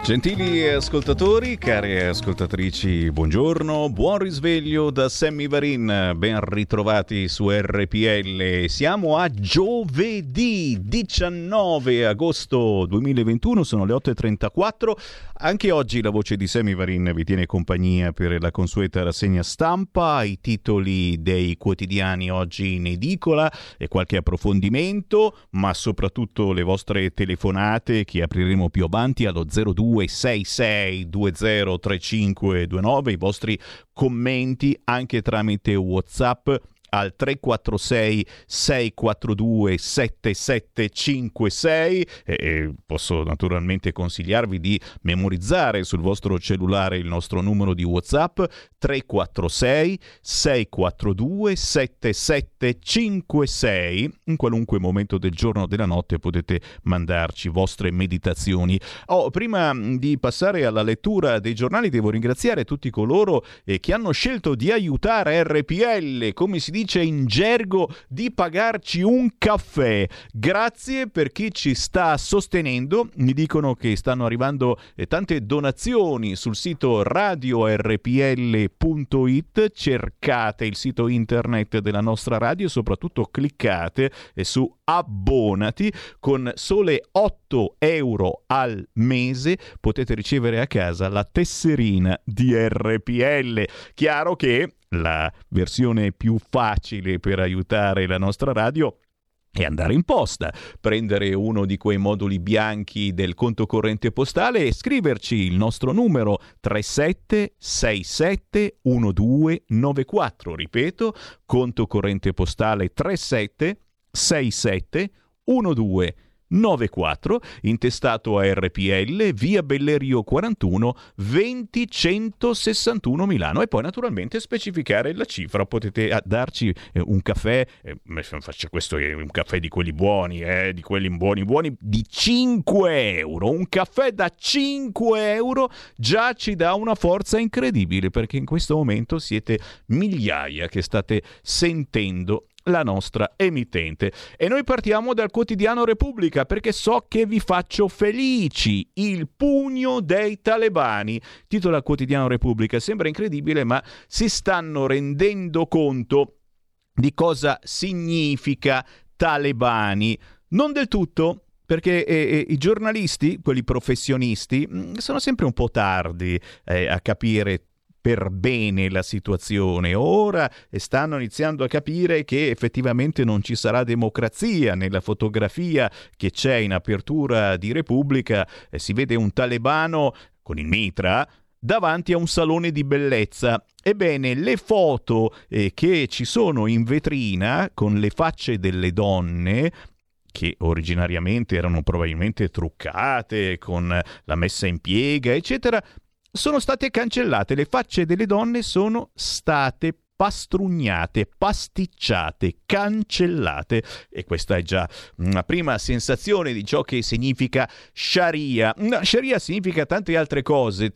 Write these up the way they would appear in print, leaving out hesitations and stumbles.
Gentili ascoltatori, care ascoltatrici, buongiorno, buon risveglio da Sammy Varin, ben ritrovati su RPL. Siamo a giovedì 19 agosto 2021, sono le 8.34. Anche oggi la voce di Sammy Varin vi tiene compagnia per la consueta rassegna stampa, i titoli dei quotidiani oggi in edicola e qualche approfondimento, ma soprattutto le vostre telefonate che apriremo più avanti allo 0266203529, i vostri commenti anche tramite WhatsApp al 346 642 7756 e posso naturalmente consigliarvi di memorizzare sul vostro cellulare il nostro numero di WhatsApp 346 642 7756. In qualunque momento del giorno o della notte potete mandarci vostre meditazioni. Prima di passare alla lettura dei giornali devo ringraziare tutti coloro che hanno scelto di aiutare RPL, come si dice in gergo, di pagarci un caffè. Grazie per chi ci sta sostenendo. Mi dicono che stanno arrivando tante donazioni sul sito radiorpl.it. Cercate il sito internet della nostra radio e soprattutto cliccate su abbonati. Con sole 8 euro al mese potete ricevere a casa la tesserina di RPL. Chiaro che la versione più facile per aiutare la nostra radio è andare in posta, prendere uno di quei moduli bianchi del conto corrente postale e scriverci il nostro numero 37671294. Ripeto, conto corrente postale 37671294, intestato a RPL, via Bellerio 41 20161 Milano. E poi naturalmente specificare la cifra. Potete darci un caffè, questo è un caffè di quelli buoni, di quelli buoni di 5 euro. Un caffè da 5 euro già ci dà una forza incredibile, perché in questo momento siete migliaia che state sentendo la nostra emittente. E noi partiamo dal quotidiano Repubblica, perché so che vi faccio felici. Il pugno dei talebani, titola il quotidiano Repubblica. Sembra incredibile, ma si stanno rendendo conto di cosa significa talebani. Non del tutto, perché i giornalisti, quelli professionisti, sono sempre un po' tardi a capire per bene la situazione. Ora stanno iniziando a capire che effettivamente non ci sarà democrazia. Nella fotografia che c'è in apertura di Repubblica si vede un talebano con il mitra davanti a un salone di bellezza. Ebbene, le foto che ci sono in vetrina con le facce delle donne, che originariamente erano probabilmente truccate con la messa in piega eccetera, sono state cancellate. Le facce delle donne sono state pastrugnate, pasticciate, cancellate. E questa è già una prima sensazione di ciò che significa Sharia. Sharia significa tante altre cose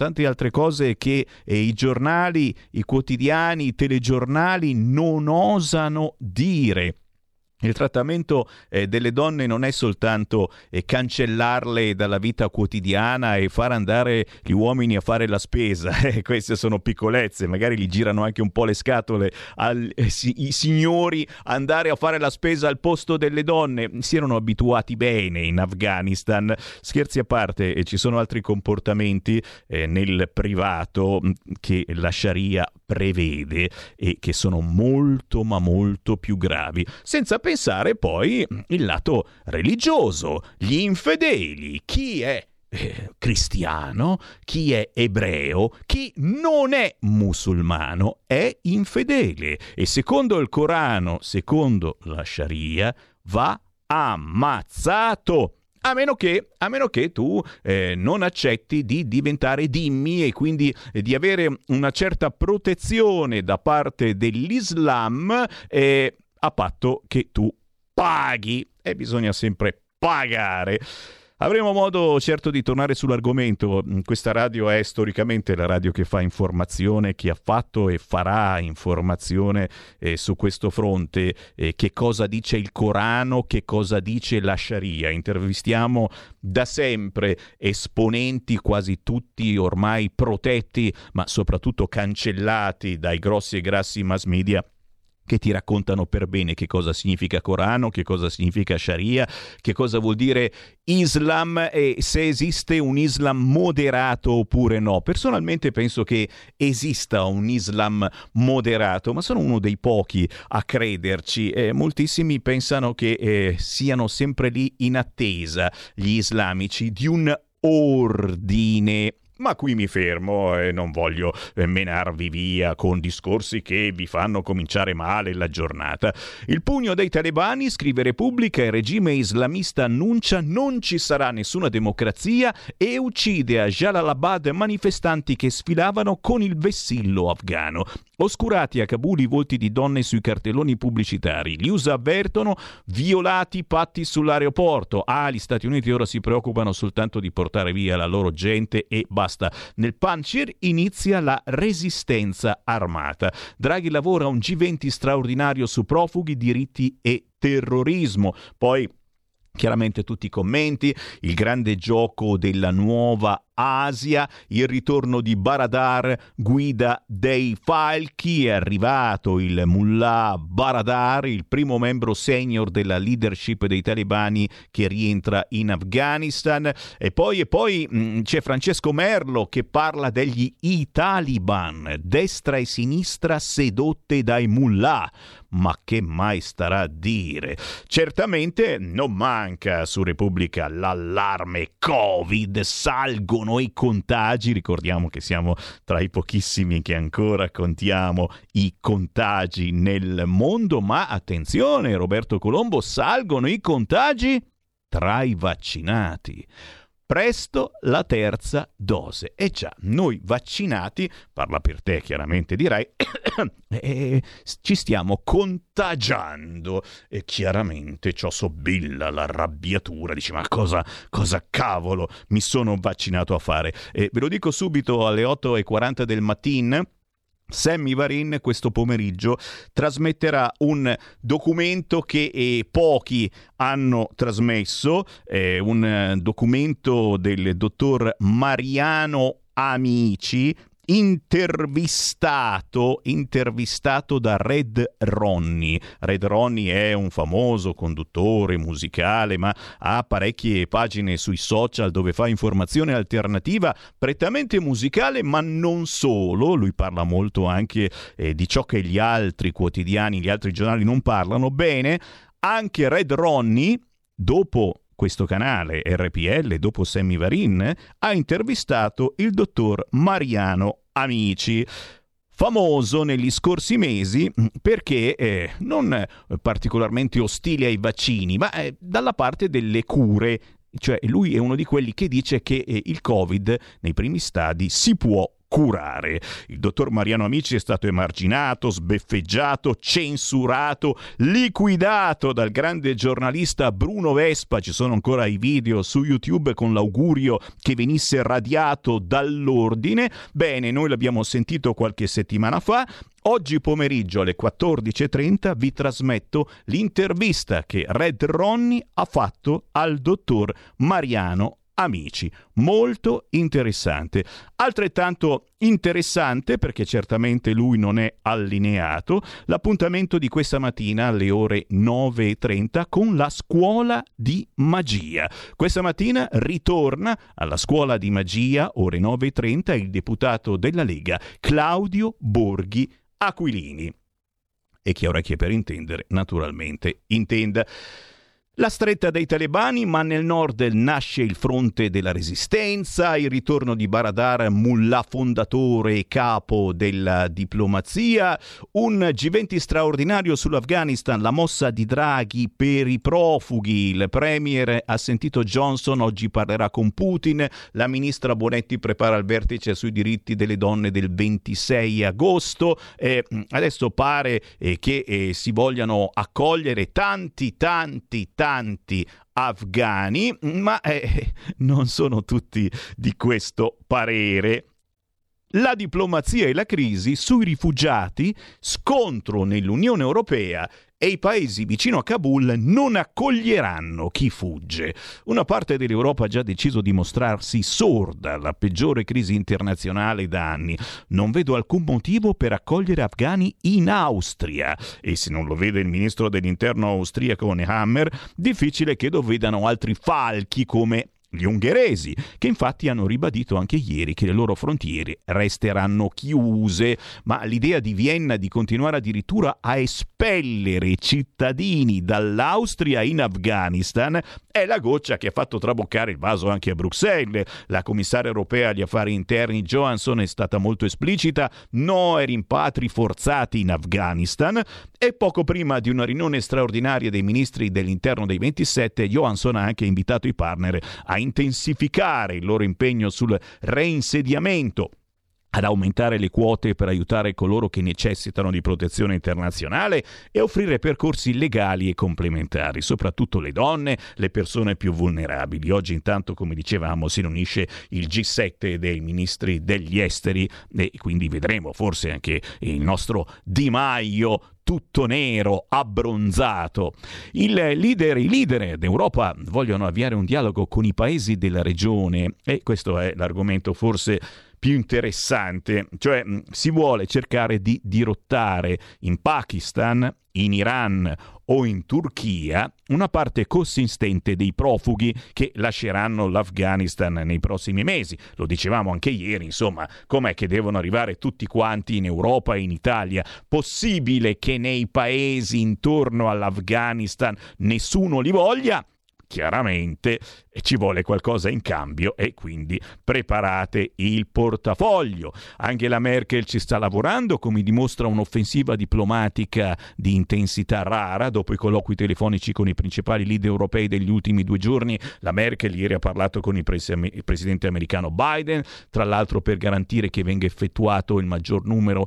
che i giornali, i quotidiani, i telegiornali non osano dire. Il trattamento delle donne non è soltanto cancellarle dalla vita quotidiana e far andare gli uomini a fare la spesa. Queste sono piccolezze, magari gli girano anche un po' le scatole i signori andare a fare la spesa al posto delle donne. Si erano abituati bene in Afghanistan. Scherzi a parte, ci sono altri comportamenti nel privato che la Sharia prevede e che sono molto ma molto più gravi. Senza pensare poi il lato religioso, gli infedeli, chi è cristiano, chi è ebreo, chi non è musulmano è infedele e secondo il Corano, secondo la Sharia, va ammazzato. A meno che tu non accetti di diventare dhimmi e quindi di avere una certa protezione da parte dell'Islam, a patto che tu paghi, e bisogna sempre pagare. Avremo modo certo di tornare sull'argomento. Questa radio è storicamente la radio che fa informazione, che ha fatto e farà informazione su questo fronte. Che cosa dice il Corano, che cosa dice la Sharia. Intervistiamo da sempre esponenti, quasi tutti ormai protetti, ma soprattutto cancellati dai grossi e grassi mass media, che ti raccontano per bene che cosa significa Corano, che cosa significa Sharia, che cosa vuol dire Islam e se esiste un Islam moderato oppure no. Personalmente penso che esista un Islam moderato, ma sono uno dei pochi a crederci. Moltissimi pensano che siano sempre lì in attesa, gli islamici, di un ordine. Ma qui mi fermo e non voglio menarvi via con discorsi che vi fanno cominciare male la giornata. Il pugno dei talebani, scrive Repubblica, il regime islamista annuncia non ci sarà nessuna democrazia e uccide a Jalalabad manifestanti che sfilavano con il vessillo afghano. Oscurati a Kabul i volti di donne sui cartelloni pubblicitari. Gli USA avvertono violati i patti sull'aeroporto. Gli Stati Uniti ora si preoccupano soltanto di portare via la loro gente e basta. Nel Panjshir inizia la resistenza armata. Draghi lavora a un G20 straordinario su profughi, diritti e terrorismo. Poi chiaramente tutti i commenti, il grande gioco della nuova Asia, il ritorno di Baradar, guida dei falchi, è arrivato il mullah Baradar, il primo membro senior della leadership dei talebani che rientra in Afghanistan, e poi c'è Francesco Merlo che parla degli Taliban, destra e sinistra sedotte dai mullah. Ma che mai starà a dire? Certamente non manca su Repubblica l'allarme Covid, salgono i contagi, ricordiamo che siamo tra i pochissimi che ancora contiamo i contagi nel mondo, ma attenzione Roberto Colombo, salgono i contagi tra i vaccinati. Presto la terza dose. E già, noi vaccinati, parla per te chiaramente dirai, ci stiamo contagiando. E chiaramente ciò sobilla l'arrabbiatura, dici ma cosa cavolo mi sono vaccinato a fare? Ve lo dico subito, alle 8:40 del mattino Sammy Varin questo pomeriggio trasmetterà un documento che pochi hanno trasmesso, un documento del dottor Mariano Amici, intervistato da Red Ronnie. Red Ronnie è un famoso conduttore musicale, ma ha parecchie pagine sui social dove fa informazione alternativa prettamente musicale, ma non solo. Lui parla molto anche di ciò che gli altri quotidiani, gli altri giornali non parlano. Bene, anche Red Ronnie, dopo questo canale RPL, dopo Sammy Varin, ha intervistato il dottor Mariano Amici, famoso negli scorsi mesi perché non particolarmente ostile ai vaccini, ma dalla parte delle cure. Cioè lui è uno di quelli che dice che il Covid nei primi stadi si può curare. Il dottor Mariano Amici è stato emarginato, sbeffeggiato, censurato, liquidato dal grande giornalista Bruno Vespa. Ci sono ancora i video su YouTube con l'augurio che venisse radiato dall'ordine. Bene, noi l'abbiamo sentito qualche settimana fa. Oggi pomeriggio alle 14:30 vi trasmetto l'intervista che Red Ronnie ha fatto al dottor Mariano Amici. Molto interessante. Altrettanto interessante, perché certamente lui non è allineato, l'appuntamento di questa mattina alle ore 9:30 con la scuola di magia. Questa mattina ritorna alla scuola di magia, ore 9:30, il deputato della Lega Claudio Borghi Aquilini. E chi ha orecchie per intendere, naturalmente, intenda. La stretta dei talebani, ma nel nord nasce il fronte della resistenza, il ritorno di Baradar, mullah fondatore e capo della diplomazia, un G20 straordinario sull'Afghanistan, la mossa di Draghi per i profughi, il premier ha sentito Johnson, oggi parlerà con Putin, la ministra Bonetti prepara il vertice sui diritti delle donne del 26 agosto, adesso pare che si vogliano accogliere tanti afghani, ma non sono tutti di questo parere. La diplomazia e la crisi sui rifugiati, scontro nell'Unione Europea e i paesi vicino a Kabul non accoglieranno chi fugge. Una parte dell'Europa ha già deciso di mostrarsi sorda alla peggiore crisi internazionale da anni. Non vedo alcun motivo per accogliere afghani in Austria. E se non lo vede il ministro dell'interno austriaco Nehammer, difficile che lo vedano altri falchi come gli ungheresi, che infatti hanno ribadito anche ieri che le loro frontiere resteranno chiuse, ma l'idea di Vienna di continuare addirittura a espellere cittadini dall'Austria in Afghanistan è la goccia che ha fatto traboccare il vaso anche a Bruxelles. La commissaria europea agli affari interni Johansson è stata molto esplicita: no ai rimpatri forzati in Afghanistan. E poco prima di una riunione straordinaria dei ministri dell'interno dei 27, Johansson ha anche invitato i partner a intensificare il loro impegno sul reinsediamento, ad aumentare le quote per aiutare coloro che necessitano di protezione internazionale e offrire percorsi legali e complementari, soprattutto le donne, le persone più vulnerabili. Oggi intanto, come dicevamo, si riunisce il G7 dei ministri degli esteri e quindi vedremo forse anche il nostro Di Maio tutto nero, abbronzato. I leader d'Europa vogliono avviare un dialogo con i paesi della regione e questo è l'argomento forse più interessante, cioè si vuole cercare di dirottare in Pakistan, in Iran o in Turchia una parte consistente dei profughi che lasceranno l'Afghanistan nei prossimi mesi. Lo dicevamo anche ieri, insomma, com'è che devono arrivare tutti quanti in Europa e in Italia? Possibile che nei paesi intorno all'Afghanistan nessuno li voglia? Chiaramente ci vuole qualcosa in cambio e quindi preparate il portafoglio. Anche la Merkel ci sta lavorando, come dimostra un'offensiva diplomatica di intensità rara. Dopo i colloqui telefonici con i principali leader europei degli ultimi 2 giorni, la Merkel ieri ha parlato con il presidente americano Biden, tra l'altro per garantire che venga effettuato il maggior numero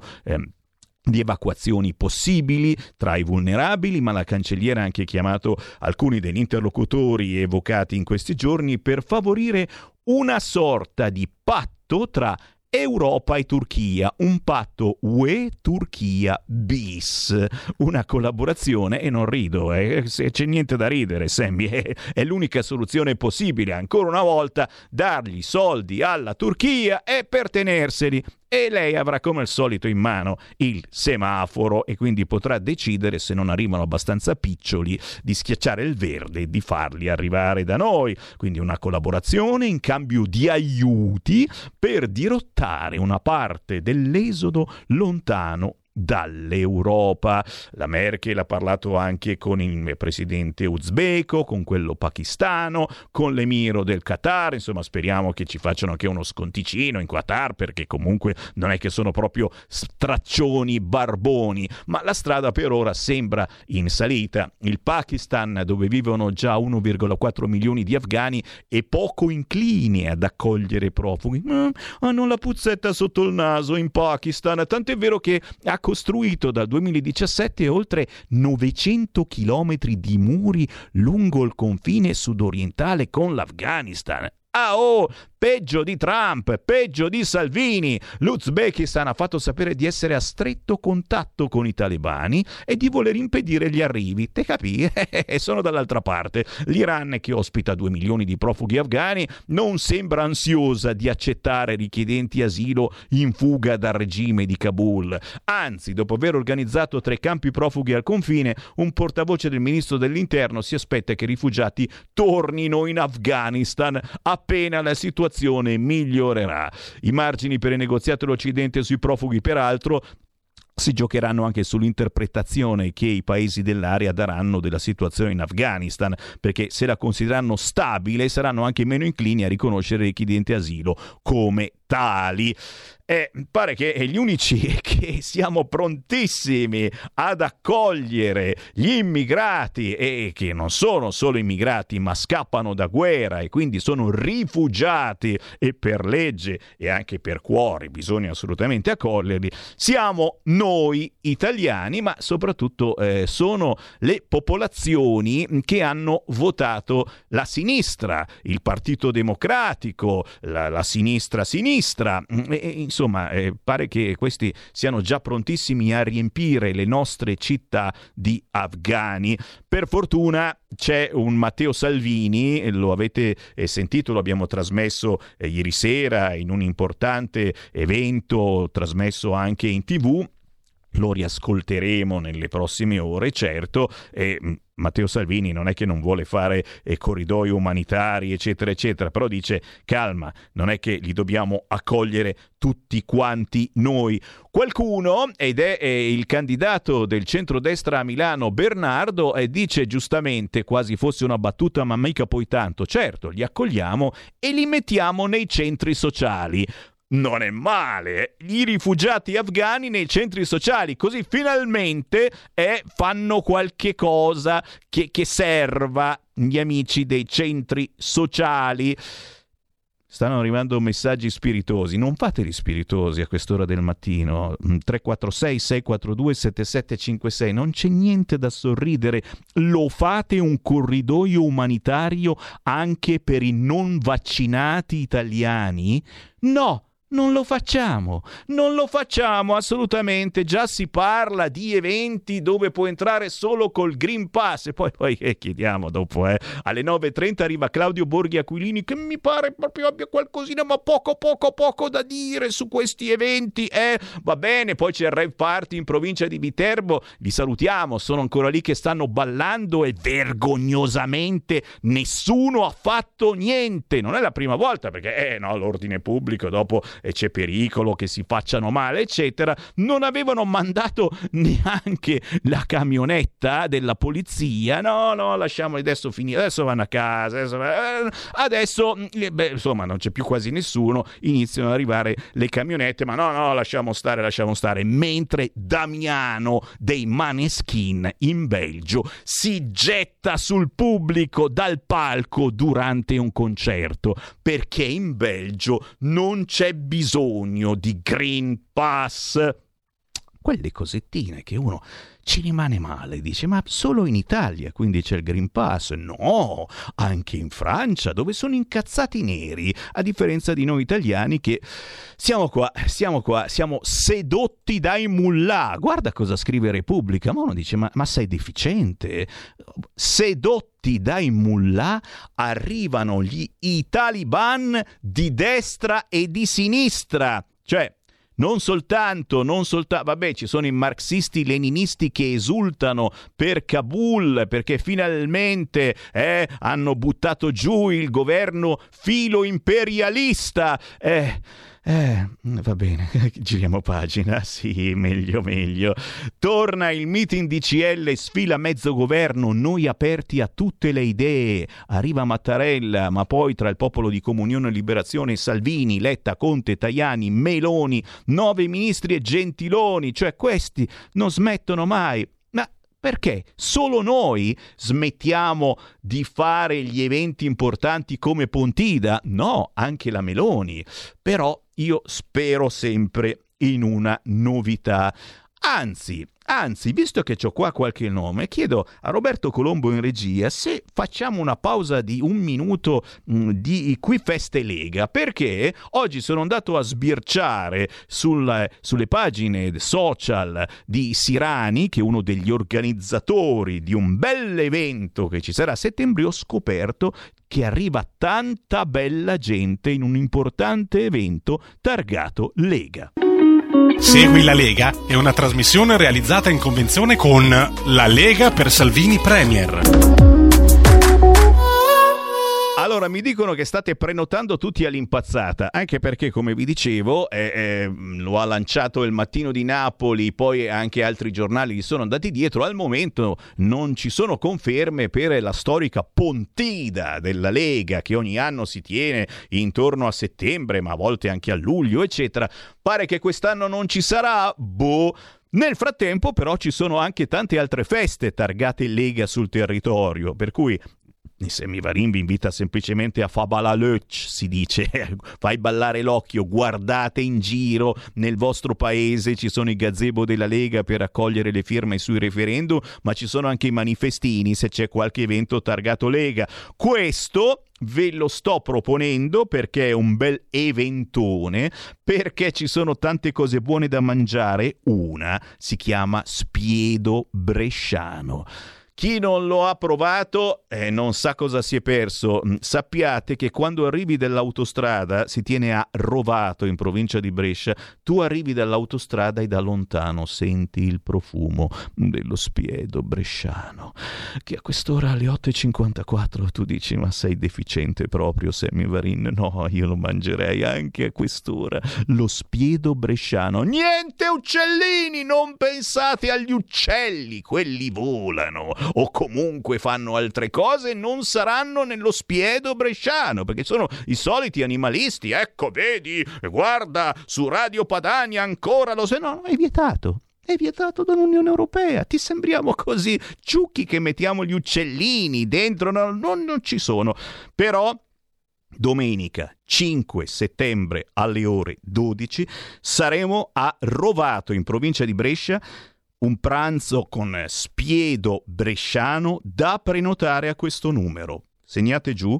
di evacuazioni possibili tra i vulnerabili, ma la cancelliera ha anche chiamato alcuni degli interlocutori evocati in questi giorni per favorire una sorta di patto tra Europa e Turchia, un patto UE-Turchia bis, una collaborazione, e non rido, se c'è niente da ridere, Sammy, è l'unica soluzione possibile, ancora una volta, dargli soldi alla Turchia e per tenerseli. E lei avrà come al solito in mano il semaforo e quindi potrà decidere, se non arrivano abbastanza piccioli, di schiacciare il verde e di farli arrivare da noi. Quindi una collaborazione in cambio di aiuti per dirottare una parte dell'esodo lontano dall'Europa. La Merkel ha parlato anche con il presidente uzbeko, con quello pakistano, con l'emiro del Qatar. Insomma, speriamo che ci facciano anche uno sconticino in Qatar, perché comunque non è che sono proprio straccioni barboni, ma la strada per ora sembra in salita. Il Pakistan, dove vivono già 1,4 milioni di afghani, è poco incline ad accogliere profughi. Hanno la puzzetta sotto il naso in Pakistan, tant'è vero che ha costruito dal 2017 oltre 900 chilometri di muri lungo il confine sudorientale con l'Afghanistan. Peggio di Trump, peggio di Salvini. L'Uzbekistan ha fatto sapere di essere a stretto contatto con i talebani e di voler impedire gli arrivi. Te capì? Sono dall'altra parte. L'Iran, che ospita 2 milioni di profughi afghani, non sembra ansiosa di accettare richiedenti asilo in fuga dal regime di Kabul. Anzi, dopo aver organizzato 3 campi profughi al confine, un portavoce del ministro dell'interno si aspetta che i rifugiati tornino in Afghanistan appena la situazione migliorerà. I margini per il negoziato dell'Occidente sui profughi, peraltro, si giocheranno anche sull'interpretazione che i paesi dell'area daranno della situazione in Afghanistan, perché se la consideranno stabile saranno anche meno inclini a riconoscere i richiedenti asilo come tali. Pare che gli unici che siamo prontissimi ad accogliere gli immigrati, e che non sono solo immigrati ma scappano da guerra e quindi sono rifugiati, e per legge e anche per cuore bisogna assolutamente accoglierli, siamo noi italiani, ma soprattutto sono le popolazioni che hanno votato la sinistra, il Partito Democratico, la sinistra, insomma, pare che questi siano già prontissimi a riempire le nostre città di afghani. Per fortuna c'è un Matteo Salvini, lo avete sentito, lo abbiamo trasmesso ieri sera in un importante evento trasmesso anche in TV. Lo riascolteremo nelle prossime ore, certo. Matteo Salvini non è che non vuole fare corridoi umanitari, eccetera, eccetera, però dice calma, non è che li dobbiamo accogliere tutti quanti noi. Qualcuno, ed è il candidato del centrodestra a Milano, Bernardo, dice giustamente, quasi fosse una battuta, ma mica poi tanto, certo, li accogliamo e li mettiamo nei centri sociali. Non è male, i rifugiati afghani nei centri sociali, così finalmente fanno qualche cosa che serva gli amici dei centri sociali. Stanno arrivando messaggi spiritosi, non fateli spiritosi a quest'ora del mattino. 346 642 7756, non c'è niente da sorridere. Lo fate un corridoio umanitario anche per i non vaccinati italiani? No! Non lo facciamo assolutamente. Già si parla di eventi dove può entrare solo col Green Pass, e poi chiediamo dopo alle 9:30 arriva Claudio Borghi Aquilini, che mi pare proprio abbia qualcosina ma poco da dire su questi eventi. Va bene, poi c'è il rave party in provincia di Viterbo, vi salutiamo, sono ancora lì che stanno ballando e vergognosamente nessuno ha fatto niente. Non è la prima volta, perché no, l'ordine pubblico dopo c'è pericolo che si facciano male, eccetera. Non avevano mandato neanche la camionetta della polizia. No, lasciamoli adesso finire, adesso vanno a casa, adesso insomma non c'è più quasi nessuno, iniziano ad arrivare le camionette, ma no, lasciamo stare, mentre Damiano dei Maneskin in Belgio si getta sul pubblico dal palco durante un concerto, perché in Belgio non c'è bisogno di Green Pass. Quelle cosettine che uno ci rimane male, dice, ma solo in Italia quindi c'è il Green Pass? No, anche in Francia, dove sono incazzati neri, a differenza di noi italiani che siamo sedotti dai mullah. Guarda cosa scrive Repubblica, ma uno dice, ma sei deficiente? Sedotti dai mullah arrivano i taliban di destra e di sinistra, cioè non soltanto, vabbè, ci sono i marxisti leninisti che esultano per Kabul perché finalmente hanno buttato giù il governo filo imperialista. Va bene, giriamo pagina, sì, meglio. Torna il meeting di CL, sfila mezzo governo, noi aperti a tutte le idee. Arriva Mattarella, ma poi tra il popolo di Comunione e Liberazione Salvini, Letta, Conte, Tajani, Meloni, 9 ministri e Gentiloni, cioè questi non smettono mai. Ma perché solo noi smettiamo di fare gli eventi importanti come Pontida? No, anche la Meloni. Però io spero sempre in una novità. Anzi, visto che c'ho qua qualche nome, chiedo a Roberto Colombo in regia se facciamo una pausa di 1 minuto di Qui Feste Lega, perché oggi sono andato a sbirciare sulle pagine social di Sirani, che è uno degli organizzatori di un bell'evento che ci sarà a settembre. Ho scoperto che arriva tanta bella gente in un importante evento targato Lega. Segui la Lega è una trasmissione realizzata in convenzione con La Lega per Salvini Premier. Allora, mi dicono che state prenotando tutti all'impazzata, anche perché, come vi dicevo, lo ha lanciato il Mattino di Napoli, poi anche altri giornali gli sono andati dietro. Al momento non ci sono conferme per la storica Pontida della Lega, che ogni anno si tiene intorno a settembre, ma a volte anche a luglio, eccetera. Pare che quest'anno non ci sarà? Boh. Nel frattempo, però, ci sono anche tante altre feste targate Lega sul territorio, per cui Semivarin vi invita semplicemente a fa balalöc, si dice, fai ballare l'occhio, guardate in giro nel vostro paese, ci sono i gazebo della Lega per raccogliere le firme sui referendum, ma ci sono anche i manifestini se c'è qualche evento targato Lega. Questo ve lo sto proponendo perché è un bel eventone, perché ci sono tante cose buone da mangiare. Una si chiama spiedo bresciano. Chi non lo ha provato non sa cosa si è perso. Sappiate che quando arrivi dall'autostrada, si tiene a Rovato in provincia di Brescia, tu arrivi dall'autostrada e da lontano senti il profumo dello spiedo bresciano, che a quest'ora alle 8:54 tu dici: ma sei deficiente proprio, Semivarin? No, io lo mangerei anche a quest'ora, lo spiedo bresciano. Niente uccellini, non pensate agli uccelli, quelli volano o comunque fanno altre cose, non saranno nello spiedo bresciano, perché sono i soliti animalisti. Ecco, vedi, guarda, su Radio Padania ancora lo se no, è vietato. È vietato dall'Unione Europea. Ti sembriamo così ciucchi che mettiamo gli uccellini dentro? No, non ci sono. Però domenica 5 settembre alle ore 12 saremo a Rovato in provincia di Brescia. Un pranzo con spiedo bresciano da prenotare a questo numero. Segnate giù: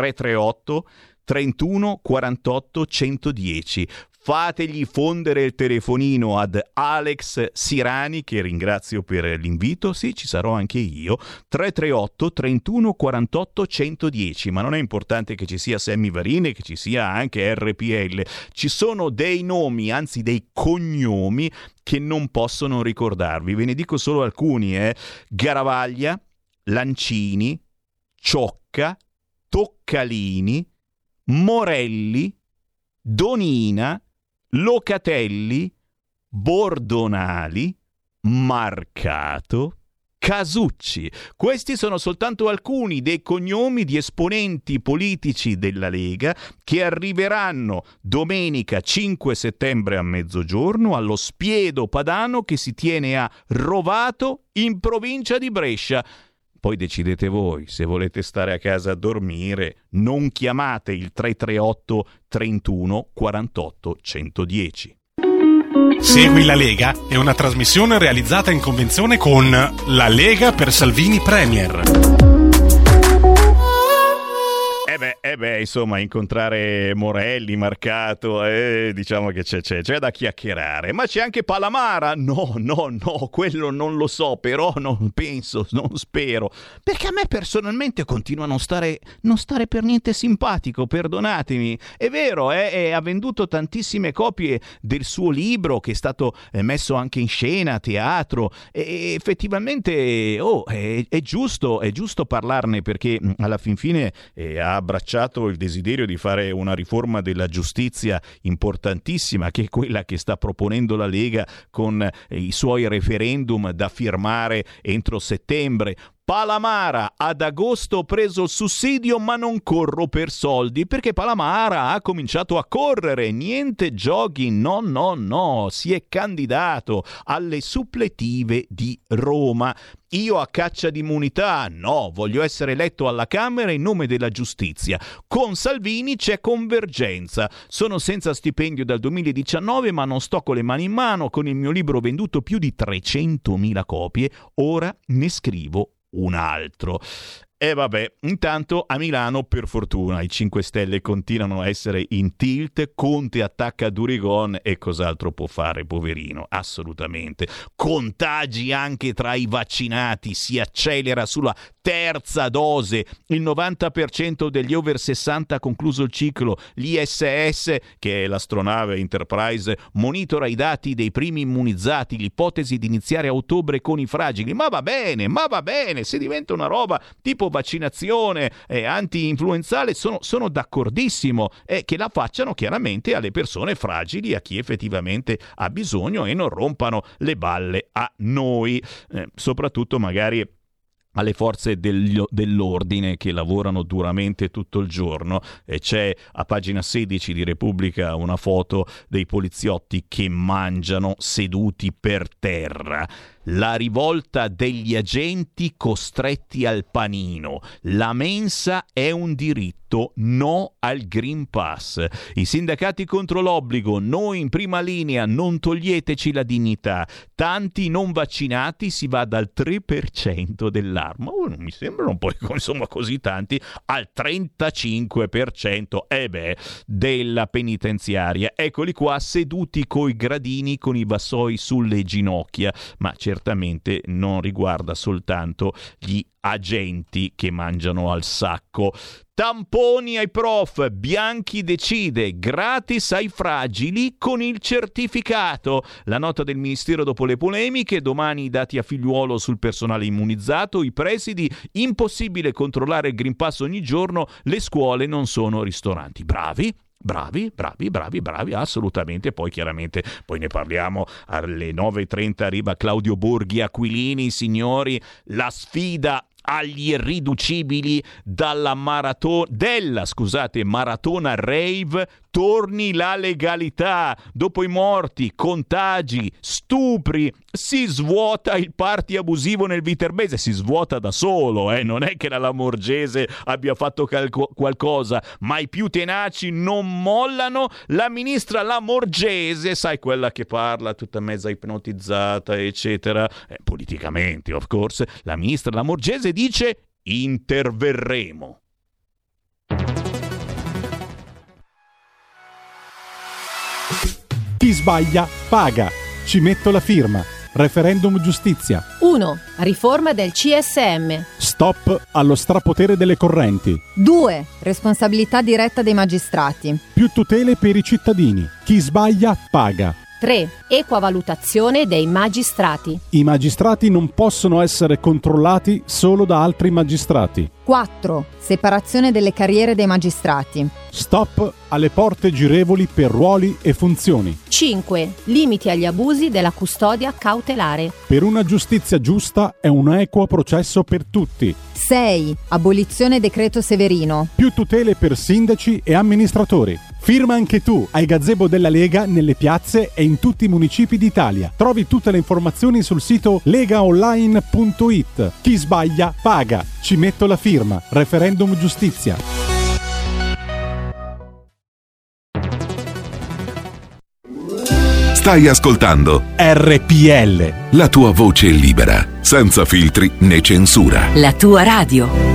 338 31 48 110. Fategli fondere il telefonino ad Alex Sirani, che ringrazio per l'invito. Sì, ci sarò anche io. 338 31 48 110. Ma non è importante che ci sia Semivarin e che ci sia anche RPL. Ci sono dei nomi, anzi dei cognomi, che non possono ricordarvi. Ve ne dico solo alcuni: Garavaglia, Lancini, Ciocca, Toccalini, Morelli, Donina, Locatelli, Bordonali, Marcato, Casucci. Questi sono soltanto alcuni dei cognomi di esponenti politici della Lega che arriveranno domenica 5 settembre a mezzogiorno allo spiedo padano che si tiene a Rovato in provincia di Brescia. Poi decidete voi, se volete stare a casa a dormire, non chiamate il 338 31 48 110. Segui la Lega è una trasmissione realizzata in convenzione con La Lega per Salvini Premier. Insomma, incontrare Morelli, Marcato, diciamo che c'è da chiacchierare. Ma c'è anche Palamara? No, quello non lo so, però non spero, perché a me personalmente continua a non stare per niente simpatico, perdonatemi. È vero, ha venduto tantissime copie del suo libro, che è stato messo anche in scena, a teatro, e effettivamente è giusto parlarne, perché alla fin fine ha abbracciato il desiderio di fare una riforma della giustizia importantissima, che è quella che sta proponendo la Lega con i suoi referendum da firmare entro settembre. Palamara: ad agosto ho preso il sussidio ma non corro per soldi, perché Palamara ha cominciato a correre. Niente giochi, no, si è candidato alle suppletive di Roma. Io a caccia di immunità? No, voglio essere eletto alla Camera in nome della giustizia. Con Salvini c'è convergenza. Sono senza stipendio dal 2019, ma non sto con le mani in mano. Con il mio libro venduto più di 300.000 copie, ora ne scrivo un altro. E vabbè, intanto a Milano, per fortuna, i 5 Stelle continuano a essere in tilt. Conte attacca Durigon e cos'altro può fare, poverino? Assolutamente. Contagi anche tra i vaccinati, si accelera sulla terza dose, il 90% degli over 60 ha concluso il ciclo, l'ISS, che è l'astronave Enterprise, monitora i dati dei primi immunizzati, l'ipotesi di iniziare a ottobre con i fragili. Ma va bene, se diventa una roba tipo vaccinazione anti-influenzale sono d'accordissimo, che la facciano chiaramente alle persone fragili, a chi effettivamente ha bisogno, e non rompano le balle a noi, soprattutto magari alle forze dell'ordine che lavorano duramente tutto il giorno. E c'è a pagina 16 di Repubblica una foto dei poliziotti che mangiano seduti per terra. La rivolta degli agenti costretti al panino. La mensa è un diritto, no al Green Pass. I sindacati contro l'obbligo, noi in prima linea, non toglieteci la dignità. Tanti non vaccinati, si va dal 3% dell'arma. Non mi sembrano poi così tanti, al 35% della penitenziaria. Eccoli qua, seduti coi gradini con i vassoi sulle ginocchia, ma certamente non riguarda soltanto gli agenti che mangiano al sacco. Tamponi ai prof, Bianchi decide, gratis ai fragili con il certificato. La nota del Ministero dopo le polemiche, domani i dati a figliuolo sul personale immunizzato, i presidi, impossibile controllare il Green Pass ogni giorno, le scuole non sono ristoranti. Bravi, assolutamente. Poi chiaramente poi ne parliamo alle 9:30, arriva Claudio Borghi Aquilini, signori, la sfida agli irriducibili della maratona rave. Torni la legalità, dopo i morti, contagi, stupri, si svuota il party abusivo nel Viterbese, si svuota da solo, non è che la Lamorgese abbia fatto qualcosa, ma i più tenaci non mollano. La ministra Lamorgese, sai, quella che parla tutta mezza ipnotizzata eccetera, politicamente of course, la ministra Lamorgese dice: interverremo. Chi sbaglia paga. Ci metto la firma. Referendum giustizia. 1. Riforma del CSM. Stop allo strapotere delle correnti. 2. Responsabilità diretta dei magistrati. Più tutele per i cittadini. Chi sbaglia paga. 3. Equa valutazione dei magistrati. I magistrati non possono essere controllati solo da altri magistrati. 4. Separazione delle carriere dei magistrati. Stop alle porte girevoli per ruoli e funzioni. 5. Limiti agli abusi della custodia cautelare. Per una giustizia giusta e un equo processo per tutti. 6. Abolizione decreto Severino. Più tutele per sindaci e amministratori. Firma anche tu ai gazebo della Lega nelle piazze e in tutti i municipi d'Italia. Trovi tutte le informazioni sul sito legaonline.it. Chi sbaglia paga. Ci metto la firma. Referendum giustizia. Stai ascoltando RPL. La tua voce libera, senza filtri né censura. La tua radio.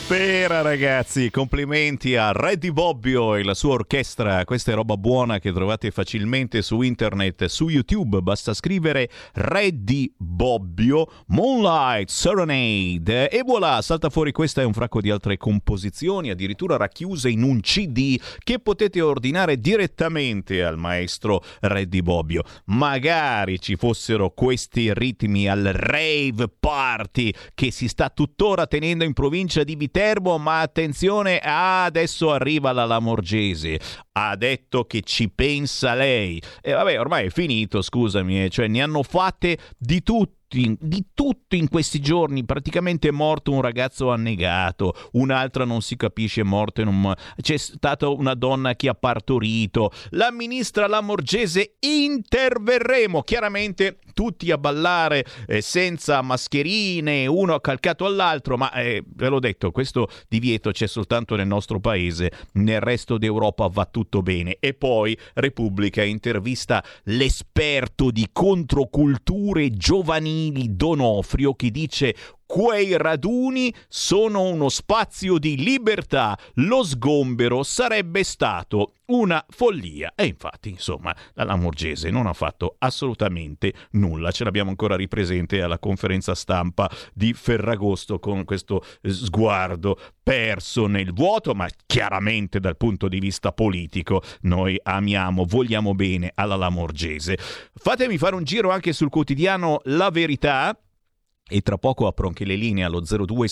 Spera, ragazzi, complimenti a Reddy Bobbio e la sua orchestra. Questa è roba buona che trovate facilmente su internet, su YouTube. Basta scrivere Reddy Bobbio Moonlight Serenade e voilà, salta fuori questa e un fracco di altre composizioni, addirittura racchiuse in un CD che potete ordinare direttamente al maestro Reddy Bobbio. Magari ci fossero questi ritmi al rave party che si sta tuttora tenendo in provincia di Viterbo, ma attenzione, adesso arriva la Lamorgese, ha detto che ci pensa lei e vabbè, ormai è finito, scusami, cioè ne hanno fatte di tutto in questi giorni. Praticamente è morto un ragazzo annegato, un'altra non si capisce, morto c'è stata una donna che ha partorito, la ministra Lamorgese, interverremo, chiaramente tutti a ballare senza mascherine, uno accalcato all'altro, ma ve l'ho detto, questo divieto c'è soltanto nel nostro paese, nel resto d'Europa va tutto bene. E poi Repubblica intervista l'esperto di controculture giovanili Donofrio che dice: quei raduni sono uno spazio di libertà, lo sgombero sarebbe stato una follia. E infatti, insomma, la Lamorgese non ha fatto assolutamente nulla. Ce l'abbiamo ancora ripresente alla conferenza stampa di Ferragosto con questo sguardo perso nel vuoto, ma chiaramente dal punto di vista politico noi vogliamo bene alla Lamorgese. Fatemi fare un giro anche sul quotidiano La Verità. E tra poco apro anche le linee allo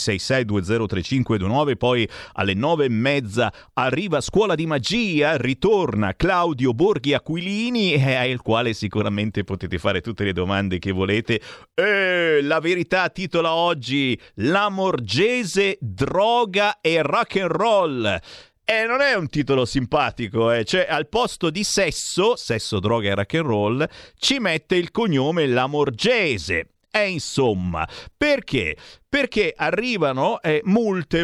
0266203529, poi alle 9:30 arriva Scuola di Magia, ritorna Claudio Borghi Aquilini, al quale sicuramente potete fare tutte le domande che volete. La Verità titola oggi: Lamorgese, droga e rock and roll. Non è un titolo simpatico, cioè al posto di sesso, droga e rock and roll, ci mette il cognome Lamorgese. Insomma, perché? Perché arrivano multe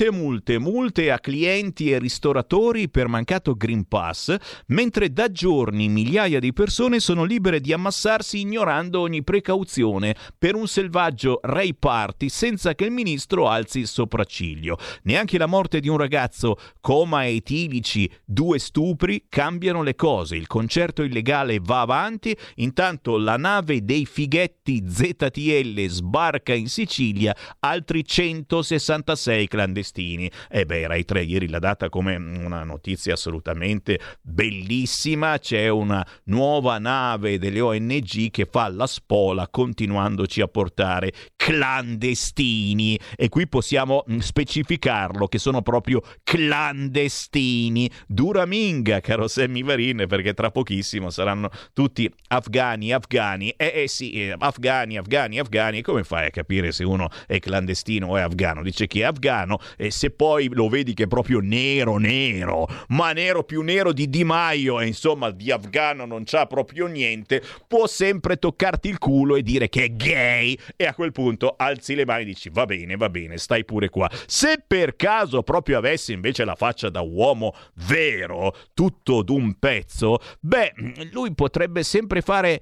a clienti e ristoratori per mancato Green Pass, mentre da giorni migliaia di persone sono libere di ammassarsi ignorando ogni precauzione per un selvaggio rave party senza che il ministro alzi il sopracciglio. Neanche la morte di un ragazzo, coma etilici, 2 stupri cambiano le cose. Il concerto illegale va avanti, intanto la nave dei fighetti ZTL sbarca in Sicilia, altri 166 clandestini. Rai 3 ieri l'ha data come una notizia assolutamente bellissima. C'è una nuova nave delle ONG che fa la spola continuandoci a portare clandestini, e qui possiamo specificarlo che sono proprio clandestini. Dura minga, caro Sammy Varin, perché tra pochissimo saranno tutti afghani. Sì, afghani. Come fai a capire se uno è clandestino o è afghano? Dice che è afghano, e se poi lo vedi che è proprio nero, ma nero più nero di Di Maio, e insomma di afghano non c'ha proprio niente, può sempre toccarti il culo e dire che è gay, e a quel punto alzi le mani e dici va bene, stai pure qua. Se per caso proprio avessi invece la faccia da uomo vero, tutto d'un pezzo, lui potrebbe sempre fare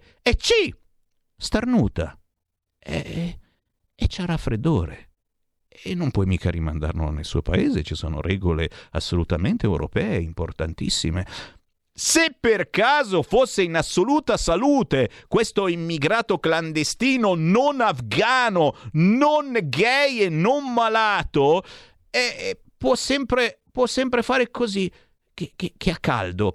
starnuta e c'ha raffreddore, e non puoi mica rimandarlo nel suo paese, ci sono regole assolutamente europee importantissime. Se per caso fosse in assoluta salute questo immigrato clandestino non afghano, non gay e non malato, può sempre fare così, che ha caldo.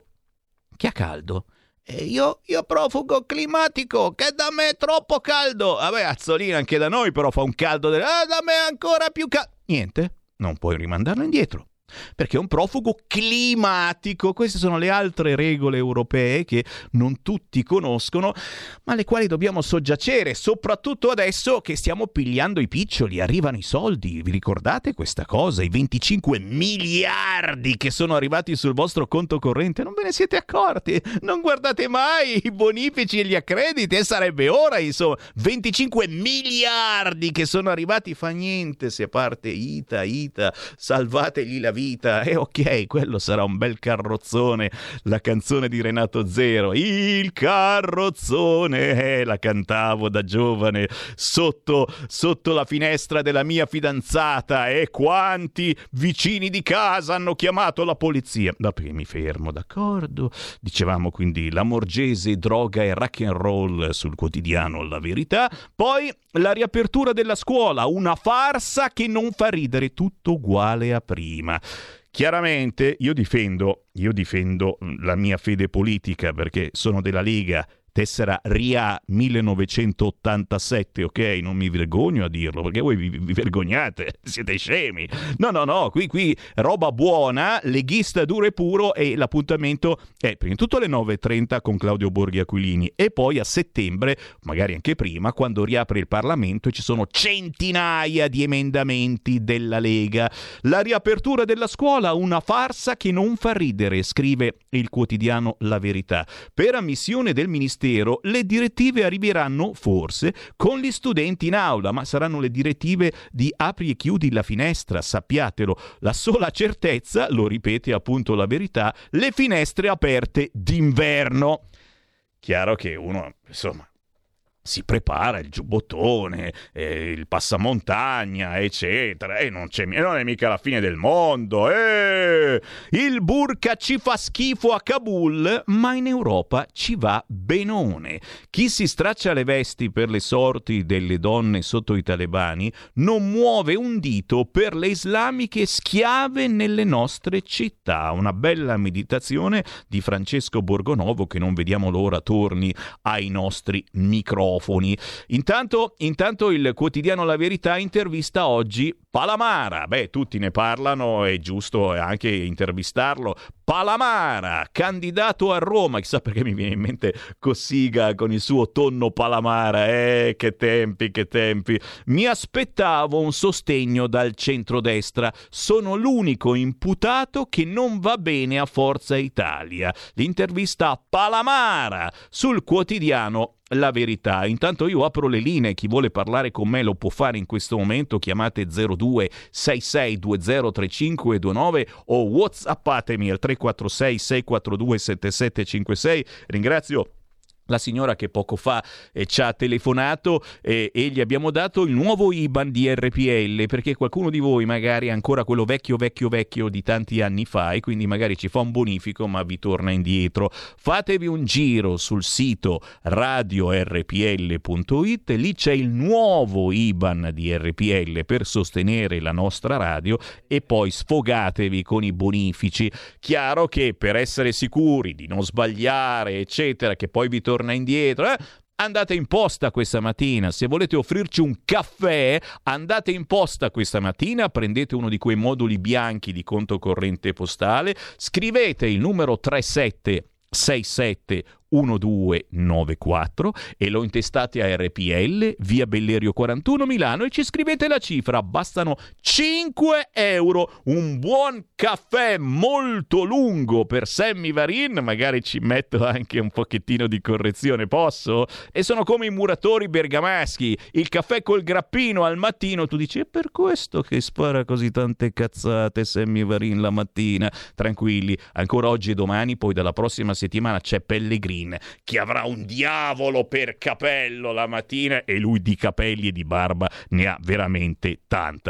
Io profugo climatico, che da me è troppo caldo. Vabbè, Azzolina anche da noi però fa un caldo da me è ancora più caldo. Niente, non puoi rimandarlo indietro, perché è un profugo climatico. Queste sono le altre regole europee che non tutti conoscono, ma alle quali dobbiamo soggiacere, soprattutto adesso che stiamo pigliando i piccioli, arrivano i soldi. Vi ricordate questa cosa? I 25 miliardi che sono arrivati sul vostro conto corrente, non ve ne siete accorti? Non guardate mai i bonifici e gli accrediti, e sarebbe ora, insomma. 25 miliardi che sono arrivati, fa niente se parte ITA, salvategli la vita, e ok, quello sarà un bel carrozzone, la canzone di Renato Zero, il carrozzone, la cantavo da giovane sotto la finestra della mia fidanzata, e quanti vicini di casa hanno chiamato la polizia. Dopo mi fermo, d'accordo. Dicevamo quindi la Morgese, droga e rock and roll sul quotidiano La Verità. Poi la riapertura della scuola, una farsa che non fa ridere, tutto uguale a prima. Chiaramente io difendo la mia fede politica, perché sono della Lega, tessera RIA 1987, ok? Non mi vergogno a dirlo, perché voi vi vergognate, siete scemi. No, qui roba buona, leghista duro e puro, e l'appuntamento è prima di tutto alle 9.30 con Claudio Borghi Aquilini, e poi a settembre, magari anche prima, quando riapre il Parlamento e ci sono centinaia di emendamenti della Lega. La riapertura della scuola, una farsa che non fa ridere, scrive il quotidiano La Verità. Per ammissione del Ministero, le direttive arriveranno forse con gli studenti in aula, ma saranno le direttive di apri e chiudi la finestra, sappiatelo. La sola certezza, lo ripete appunto La Verità, le finestre aperte d'inverno. Chiaro che uno, insomma, si prepara il giubbottone, il passamontagna, eccetera, e non è mica la fine del mondo. Il burka ci fa schifo a Kabul, ma in Europa ci va benone. Chi si straccia le vesti per le sorti delle donne sotto i talebani non muove un dito per le islamiche schiave nelle nostre città. Una bella meditazione di Francesco Borgonovo, che non vediamo l'ora torni ai nostri microfoni. Intanto il quotidiano La Verità intervista oggi Palamara. Tutti ne parlano, è giusto anche intervistarlo. Palamara, candidato a Roma. Chissà perché mi viene in mente Cossiga con il suo tonno Palamara. Che tempi. Mi aspettavo un sostegno dal centrodestra. Sono l'unico imputato che non va bene a Forza Italia. L'intervista a Palamara sul quotidiano La Verità. Intanto io apro le linee, chi vuole parlare con me lo può fare in questo momento, chiamate 02 66 20 3529 o whatsappatemi al 346 642 7756. Ringrazio la signora che poco fa ci ha telefonato e gli abbiamo dato il nuovo IBAN di RPL, perché qualcuno di voi magari ha ancora quello vecchio di tanti anni fa e quindi magari ci fa un bonifico ma vi torna indietro. Fatevi un giro sul sito radiorpl.it, lì c'è il nuovo IBAN di RPL per sostenere la nostra radio e poi sfogatevi con i bonifici. Chiaro che per essere sicuri di non sbagliare eccetera, che poi vi torna indietro, andate in posta questa mattina. Se volete offrirci un caffè, andate in posta questa mattina, prendete uno di quei moduli bianchi di conto corrente postale, scrivete il numero 37671294 e lo intestate a RPL, via Bellerio 41 Milano, e ci scrivete la cifra. Bastano 5 euro. Un buon caffè molto lungo per Sammy Varin, magari ci metto anche un pochettino di correzione, posso? E sono come i muratori bergamaschi, il caffè col grappino al mattino. Tu dici, è per questo che spara così tante cazzate Sammy Varin la mattina. Tranquilli, ancora oggi e domani, poi dalla prossima settimana c'è Pellegrini, che avrà un diavolo per capello la mattina, e lui di capelli e di barba ne ha veramente tanta.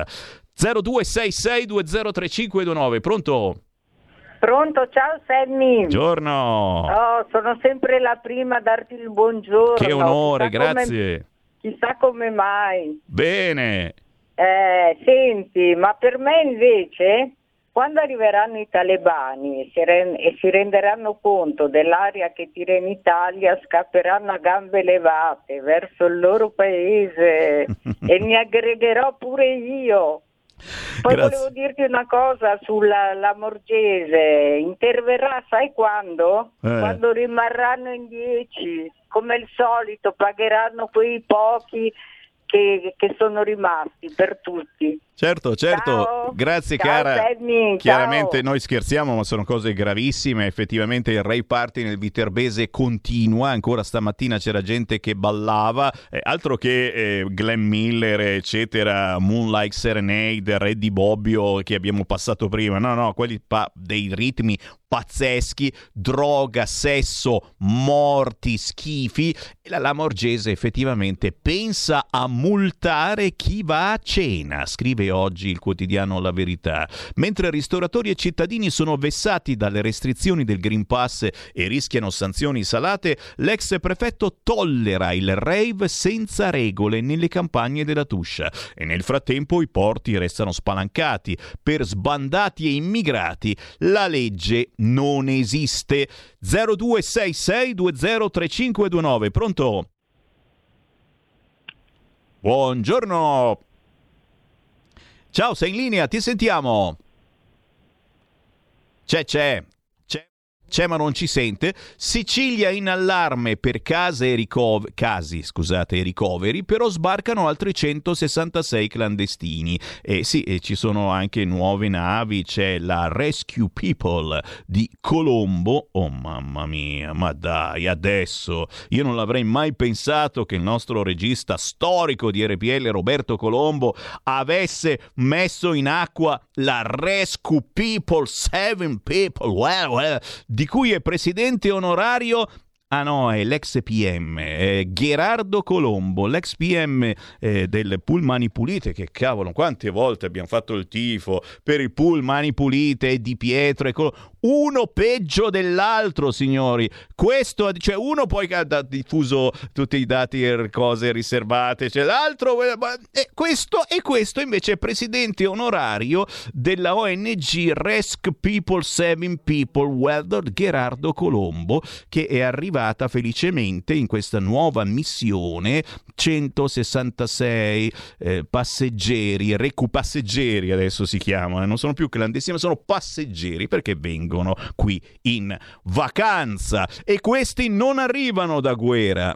0266203529. Pronto? Pronto, ciao Sammy. Buongiorno. Oh, sono sempre la prima a darti il buongiorno. Che onore, grazie. Chissà come mai. Bene. Senti, ma per me invece, quando arriveranno i talebani e si renderanno conto dell'aria che tira in Italia, scapperanno a gambe levate verso il loro paese e mi aggregherò pure io. Poi Grazie. volevo dirti una cosa sulla Morgese, interverrà, sai quando? Quando rimarranno in 10, come al solito, pagheranno quei pochi che sono rimasti per tutti. Certo, Ciao. grazie Ciao, cara. Sammy, Chiaramente ciao. noi scherziamo, ma sono cose gravissime. Effettivamente il rave party nel Viterbese continua, ancora stamattina c'era gente che ballava, altro che Glenn Miller, eccetera, Moonlight Serenade, Re di Bobbio che abbiamo passato prima. No, quelli dei ritmi pazzeschi, droga, sesso, morti, schifi. E la Lamorgese effettivamente pensa a multare chi va a cena, scrive oggi il quotidiano La Verità. Mentre ristoratori e cittadini sono vessati dalle restrizioni del Green Pass e rischiano sanzioni salate, l'ex prefetto tollera il rave senza regole nelle campagne della Tuscia. E nel frattempo i porti restano spalancati. Per sbandati e immigrati la legge non esiste. 0266203529. Pronto? Buongiorno. Ciao, sei in linea, ti sentiamo. C'è ma non ci sente. Sicilia in allarme per casi, ricoveri, però sbarcano altri 166 clandestini. Sì, ci sono anche nuove navi, c'è la Rescue People di Colombo. Oh mamma mia, ma dai, adesso io non l'avrei mai pensato che il nostro regista storico di RPL, Roberto Colombo, avesse messo in acqua la Rescue People, 7 People, well, di cui è presidente onorario. Ah no, è l'ex PM, Gherardo Colombo, l'ex PM del Pool Mani Pulite, che cavolo, quante volte abbiamo fatto il tifo per il Pool Mani Pulite e Di Pietro, uno peggio dell'altro, signori. Questo, cioè uno poi ha diffuso tutti i dati e cose riservate, cioè l'altro, questo invece è presidente onorario della ONG Rescue People 7 People Weather, Gherardo Colombo, che è arrivato felicemente in questa nuova missione. 166 passeggeri adesso si chiamano, non sono più clandestini, ma sono passeggeri perché vengono qui in vacanza, e questi non arrivano da guerra,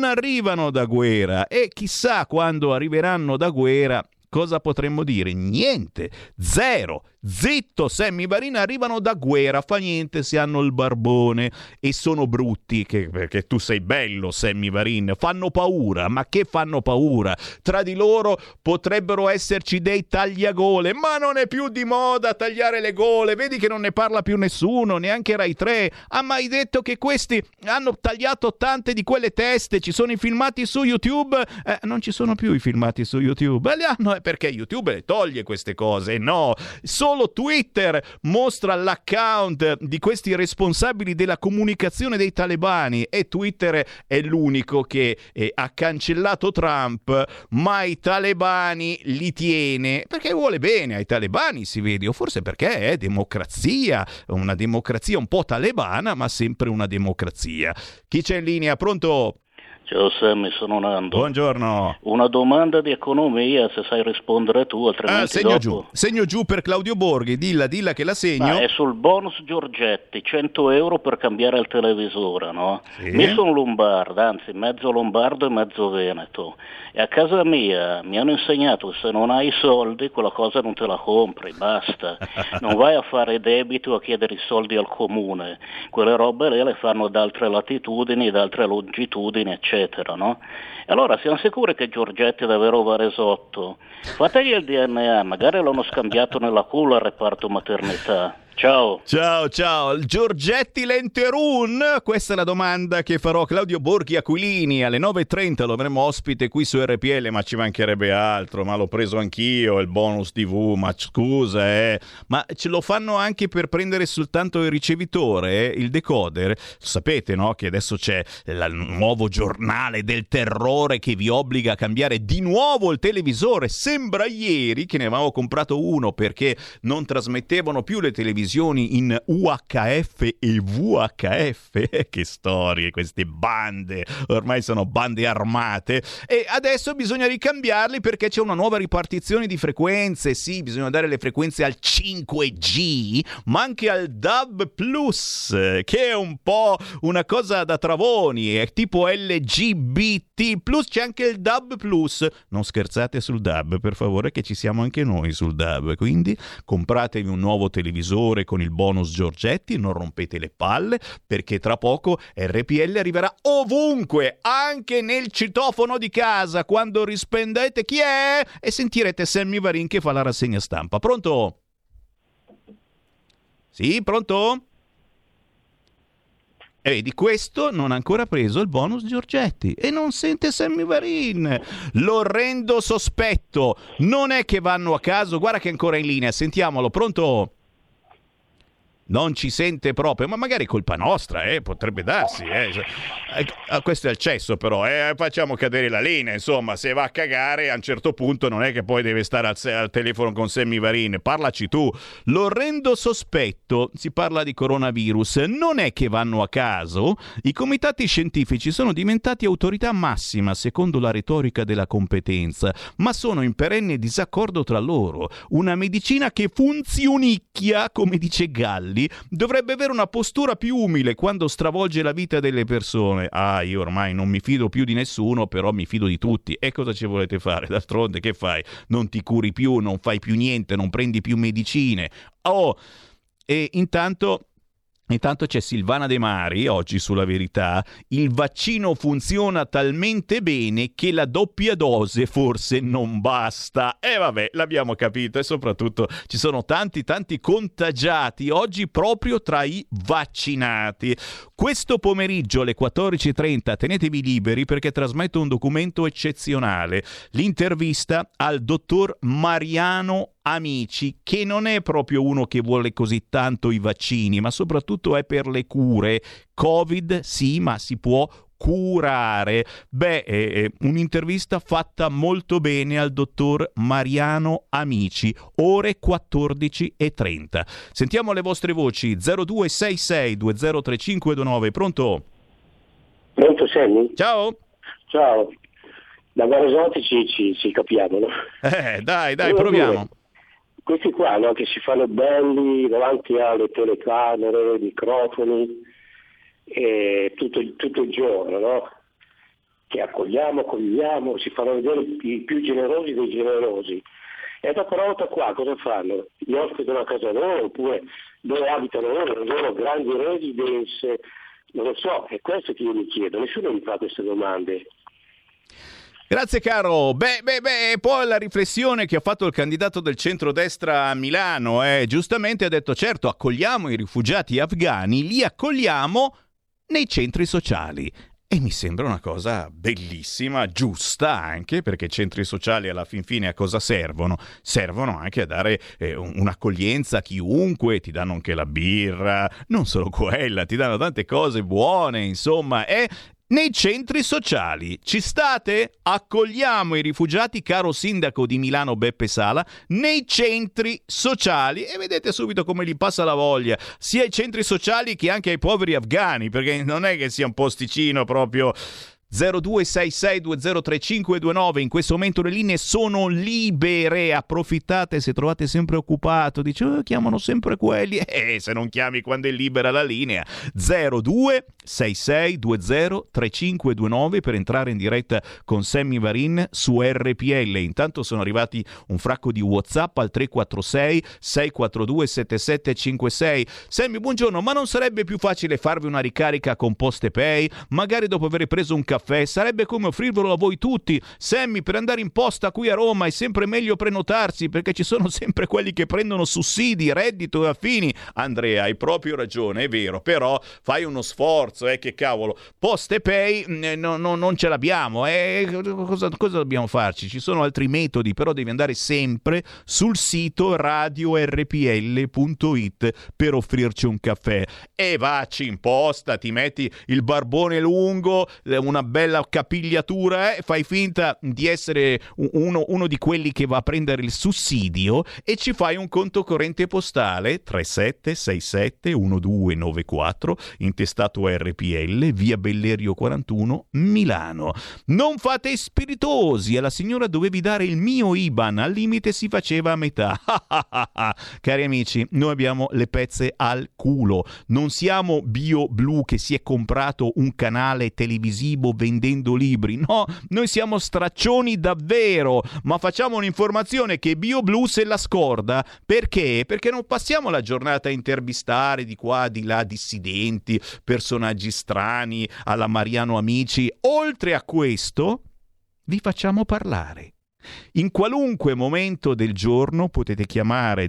e chissà quando arriveranno da guerra cosa potremmo dire? Niente, zero. Zitto, Sammy Varin, arrivano da guerra, fa niente se hanno il barbone e sono brutti, perché tu sei bello, Sammy Varin, fanno paura, ma che fanno paura? Tra di loro potrebbero esserci dei tagliagole, ma non è più di moda tagliare le gole, vedi che non ne parla più nessuno, neanche Rai 3, ha mai detto che questi hanno tagliato tante di quelle teste, ci sono i filmati su YouTube, non ci sono più i filmati su YouTube, perché YouTube le toglie queste cose, no, solo Twitter mostra l'account di questi responsabili della comunicazione dei talebani, e Twitter è l'unico che ha cancellato Trump, ma i talebani li tiene perché vuole bene ai talebani, si vede, o forse perché è democrazia, una democrazia un po' talebana, ma sempre una democrazia. Chi c'è in linea? Pronto? Ciao Sammy, sono Nando. Buongiorno. Una domanda di economia, se sai rispondere tu, altrimenti segno giù per Claudio Borghi, dilla che la segno. È sul bonus Giorgetti, 100 euro per cambiare il televisore, no? Sì. Io sono lombardo, anzi mezzo lombardo e mezzo veneto, e a casa mia mi hanno insegnato che se non hai i soldi quella cosa non te la compri, basta. Non vai a fare debito o a chiedere i soldi al comune, quelle robe le fanno da altre latitudini, da altre longitudini, eccetera, no? E allora siamo sicuri che Giorgetti davvero va resotto? Fategli il DNA, magari l'hanno scambiato nella culla al reparto maternità. Ciao. Giorgetti Lenterun? Questa è la domanda che farò a Claudio Borghi Aquilini alle 9.30, lo avremo ospite qui su RPL, ma ci mancherebbe altro, ma l'ho preso anch'io il bonus TV, ma scusa, ma ce lo fanno anche per prendere soltanto il ricevitore, il decoder? Sapete, no, che adesso c'è il nuovo giornale del terrore che vi obbliga a cambiare di nuovo il televisore. Sembra ieri che ne avevamo comprato uno perché non trasmettevano più le televisioni televisioni in UHF e VHF, che storie, queste bande, ormai sono bande armate, e adesso bisogna ricambiarli perché c'è una nuova ripartizione di frequenze. Sì, bisogna dare le frequenze al 5G, ma anche al DAB+, che è un po' una cosa da travoni, è tipo LGBT+, c'è anche il DAB+. Non scherzate sul DAB, per favore, che ci siamo anche noi sul DAB, quindi compratevi un nuovo televisore con il bonus Giorgetti, non rompete le palle, perché tra poco RPL arriverà ovunque, anche nel citofono di casa, quando rispondete chi è e sentirete Sammy Varin che fa la rassegna stampa. Pronto? Sì, pronto? E di questo non ha ancora preso il bonus Giorgetti e non sente Sammy Varin. L'orrendo sospetto. Non è che vanno a caso, guarda che è ancora in linea, sentiamolo. Pronto? Non ci sente proprio, ma magari è colpa nostra, potrebbe darsi. Questo è il cesso, però, facciamo cadere la linea, insomma, se va a cagare a un certo punto non è che poi deve stare al telefono con Sammy Varin, parlaci tu. L'orrendo sospetto, si parla di coronavirus, non è che vanno a caso, i comitati scientifici sono diventati autorità massima secondo la retorica della competenza, ma sono in perenne disaccordo tra loro. Una medicina che funzionicchia, come dice Galli, dovrebbe avere una postura più umile quando stravolge la vita delle persone. Io ormai non mi fido più di nessuno, però mi fido di tutti. E cosa ci volete fare? D'altronde che fai? Non ti curi più, non fai più niente, non prendi più medicine. E intanto c'è Silvana De Mari, oggi sulla Verità, il vaccino funziona talmente bene che la doppia dose forse non basta. E vabbè, l'abbiamo capito, e soprattutto ci sono tanti contagiati oggi proprio tra i vaccinati. Questo pomeriggio alle 14.30 tenetevi liberi perché trasmetto un documento eccezionale, l'intervista al dottor Mariano Amici, che non è proprio uno che vuole così tanto i vaccini, ma soprattutto è per le cure. Covid sì, ma si può curare. Un'intervista fatta molto bene al dottor Mariano Amici, ore 14.30. Sentiamo le vostre voci. 0266 203529. Pronto? Pronto, Sammy? Ciao. Da Garasotti ci capiamo, no? Dai, proviamo. Questi qua, no, che si fanno belli davanti alle telecamere, ai microfoni, tutto il giorno, no? Che accogliamo, si fanno vedere i più generosi dei generosi. E dopo una volta qua cosa fanno? Li ospitano a casa loro, oppure dove abitano loro, le loro grandi residenze, non lo so, è questo che io mi chiedo, nessuno mi fa queste domande. Grazie caro. Poi la riflessione che ha fatto il candidato del centrodestra a Milano, giustamente ha detto certo accogliamo i rifugiati afghani, li accogliamo nei centri sociali. E mi sembra una cosa bellissima, giusta anche, perché i centri sociali alla fin fine a cosa servono? Servono anche a dare un'accoglienza a chiunque, ti danno anche la birra, non solo quella, ti danno tante cose buone, insomma, nei centri sociali. Ci state? Accogliamo i rifugiati, caro sindaco di Milano Beppe Sala, nei centri sociali, e vedete subito come gli passa la voglia, sia ai centri sociali che anche ai poveri afghani, perché non è che sia un posticino proprio. 0266203529. In questo momento le linee sono libere, approfittate se trovate sempre occupato. Dice chiamano sempre quelli, se non chiami quando è libera la linea. 0266203529 per entrare in diretta con Sammy Varin su RPL. Intanto sono arrivati un fracco di WhatsApp al 346 642 7756. Sammy, buongiorno, ma non sarebbe più facile farvi una ricarica con PostePay? Magari dopo aver preso un caffè, sarebbe come offrirvelo a voi tutti. Sammy, per andare in posta qui a Roma è sempre meglio prenotarsi, perché ci sono sempre quelli che prendono sussidi, reddito e affini. Andrea, hai proprio ragione, è vero, però fai uno sforzo, che cavolo, PostePay non ce l'abbiamo, cosa dobbiamo farci? Ci sono altri metodi, però devi andare sempre sul sito radiorpl.it per offrirci un caffè, e vacci in posta, ti metti il barbone lungo, una bella capigliatura, fai finta di essere uno di quelli che va a prendere il sussidio e ci fai un conto corrente postale 37671294 intestato RPL, via Bellerio 41, Milano. Non fate spiritosi, alla signora dovevi dare il mio IBAN, al limite si faceva a metà. Cari amici, noi abbiamo le pezze al culo, non siamo BioBlu che si è comprato un canale televisivo vendendo libri, no, noi siamo straccioni davvero, ma facciamo un'informazione che BioBlu se la scorda. Perché? Perché non passiamo la giornata a intervistare di qua di là dissidenti, personaggi strani alla Mariano Amici. Oltre a questo vi facciamo parlare. In qualunque momento del giorno potete chiamare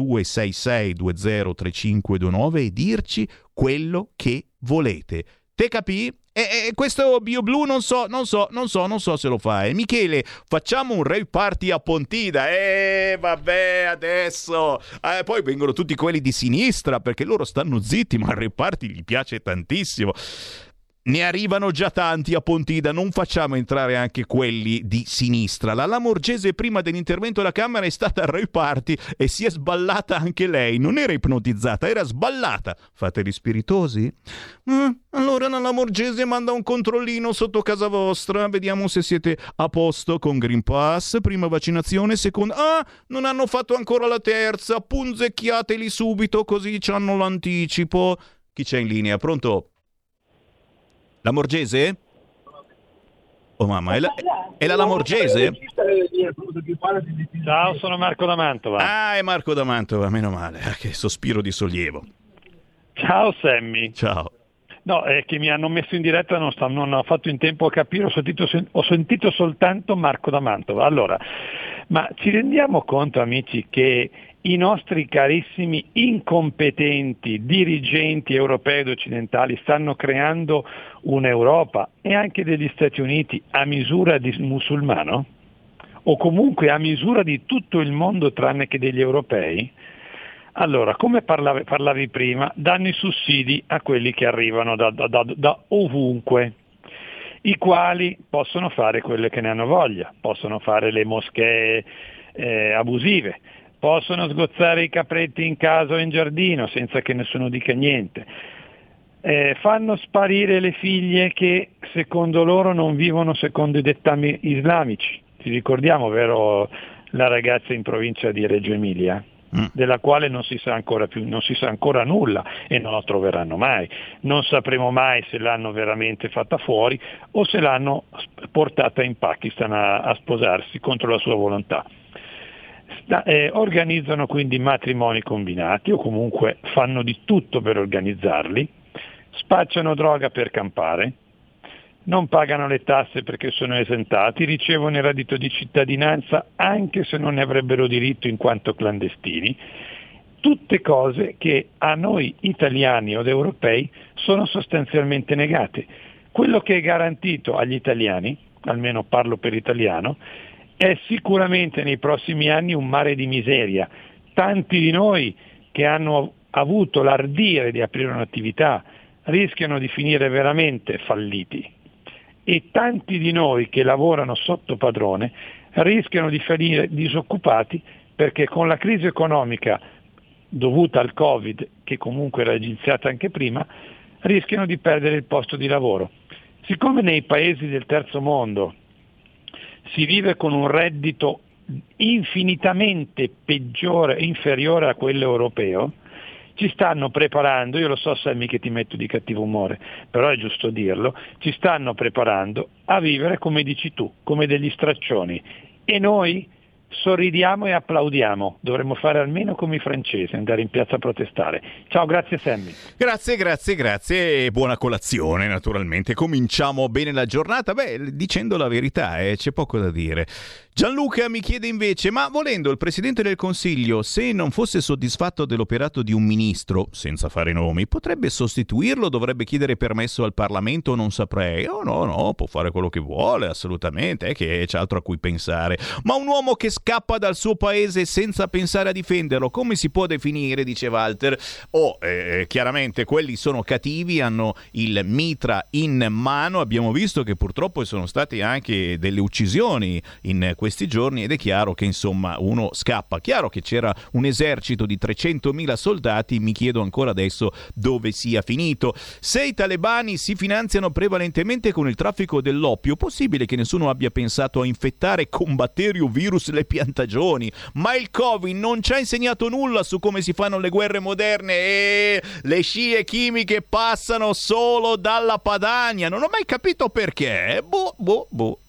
0266203529 e dirci quello che volete. Te capì? E questo BioBlu non so se lo fa. Michele, facciamo un rave party a Pontida. Vabbè, adesso. Poi vengono tutti quelli di sinistra perché loro stanno zitti, ma il rave party gli piace tantissimo. Ne arrivano già tanti a Pontida, non facciamo entrare anche quelli di sinistra. La Lamorgese prima dell'intervento alla Camera è stata al rave party e si è sballata anche lei. Non era ipnotizzata, era sballata. Fate gli spiritosi? Allora la Lamorgese manda un controllino sotto casa vostra, vediamo se siete a posto con Green Pass, prima vaccinazione, seconda... non hanno fatto ancora la terza, punzecchiateli subito così c'hanno l'anticipo. Chi c'è in linea? Pronto? Lamorgese? Oh mamma, è la Lamorgese? Ciao, sono Marco da Mantova. È Marco da Mantova, meno male, che sospiro di sollievo. Ciao Sammy. Ciao. No, è che mi hanno messo in diretta, non ho fatto in tempo a capire, ho sentito soltanto Marco da Mantova. Allora, ma ci rendiamo conto, amici, che i nostri carissimi incompetenti dirigenti europei ed occidentali stanno creando un'Europa e anche degli Stati Uniti a misura di musulmano? O comunque a misura di tutto il mondo tranne che degli europei? Allora, come parlavi prima, danno i sussidi a quelli che arrivano da ovunque, i quali possono fare quelle che ne hanno voglia, possono fare le moschee abusive, possono sgozzare i capretti in casa o in giardino senza che nessuno dica niente, fanno sparire le figlie che secondo loro non vivono secondo i dettami islamici. Ci ricordiamo, vero, la ragazza in provincia di Reggio Emilia? Della quale non si sa ancora nulla e non la troveranno mai. Non sapremo mai se l'hanno veramente fatta fuori o se l'hanno portata in Pakistan a sposarsi contro la sua volontà. Organizzano quindi matrimoni combinati o comunque fanno di tutto per organizzarli, spacciano droga per campare, non pagano le tasse perché sono esentati, ricevono il reddito di cittadinanza anche se non ne avrebbero diritto in quanto clandestini, tutte cose che a noi italiani o europei sono sostanzialmente negate. Quello che è garantito agli italiani, almeno parlo per italiano, è sicuramente nei prossimi anni un mare di miseria. Tanti di noi che hanno avuto l'ardire di aprire un'attività rischiano di finire veramente falliti. E tanti di noi che lavorano sotto padrone rischiano di finire disoccupati perché con la crisi economica dovuta al Covid, che comunque era iniziata anche prima, rischiano di perdere il posto di lavoro. Siccome nei paesi del terzo mondo si vive con un reddito infinitamente inferiore a quello europeo, ci stanno preparando, io lo so Sammy che ti metto di cattivo umore, però è giusto dirlo, ci stanno preparando a vivere come dici tu, come degli straccioni, e noi sorridiamo e applaudiamo, dovremmo fare almeno come i francesi, andare in piazza a protestare. Ciao, grazie Sammy. Grazie e buona colazione naturalmente. Cominciamo bene la giornata, dicendo la verità, c'è poco da dire. Gianluca mi chiede invece, ma volendo il Presidente del Consiglio, se non fosse soddisfatto dell'operato di un ministro, senza fare nomi, potrebbe sostituirlo, dovrebbe chiedere permesso al Parlamento, non saprei. Oh no, può fare quello che vuole, assolutamente, è che c'è altro a cui pensare. Ma un uomo che scappa dal suo paese senza pensare a difenderlo, come si può definire, dice Walter? Chiaramente quelli sono cattivi, hanno il mitra in mano, abbiamo visto che purtroppo sono state anche delle uccisioni in questi giorni ed è chiaro che insomma uno scappa. Chiaro che c'era un esercito di 300.000 soldati, mi chiedo ancora adesso dove sia finito. Se i talebani si finanziano prevalentemente con il traffico dell'oppio, possibile che nessuno abbia pensato a infettare con batterio virus le piantagioni? Ma il Covid non ci ha insegnato nulla su come si fanno le guerre moderne e le scie chimiche passano solo dalla Padania. Non ho mai capito perché. Boh.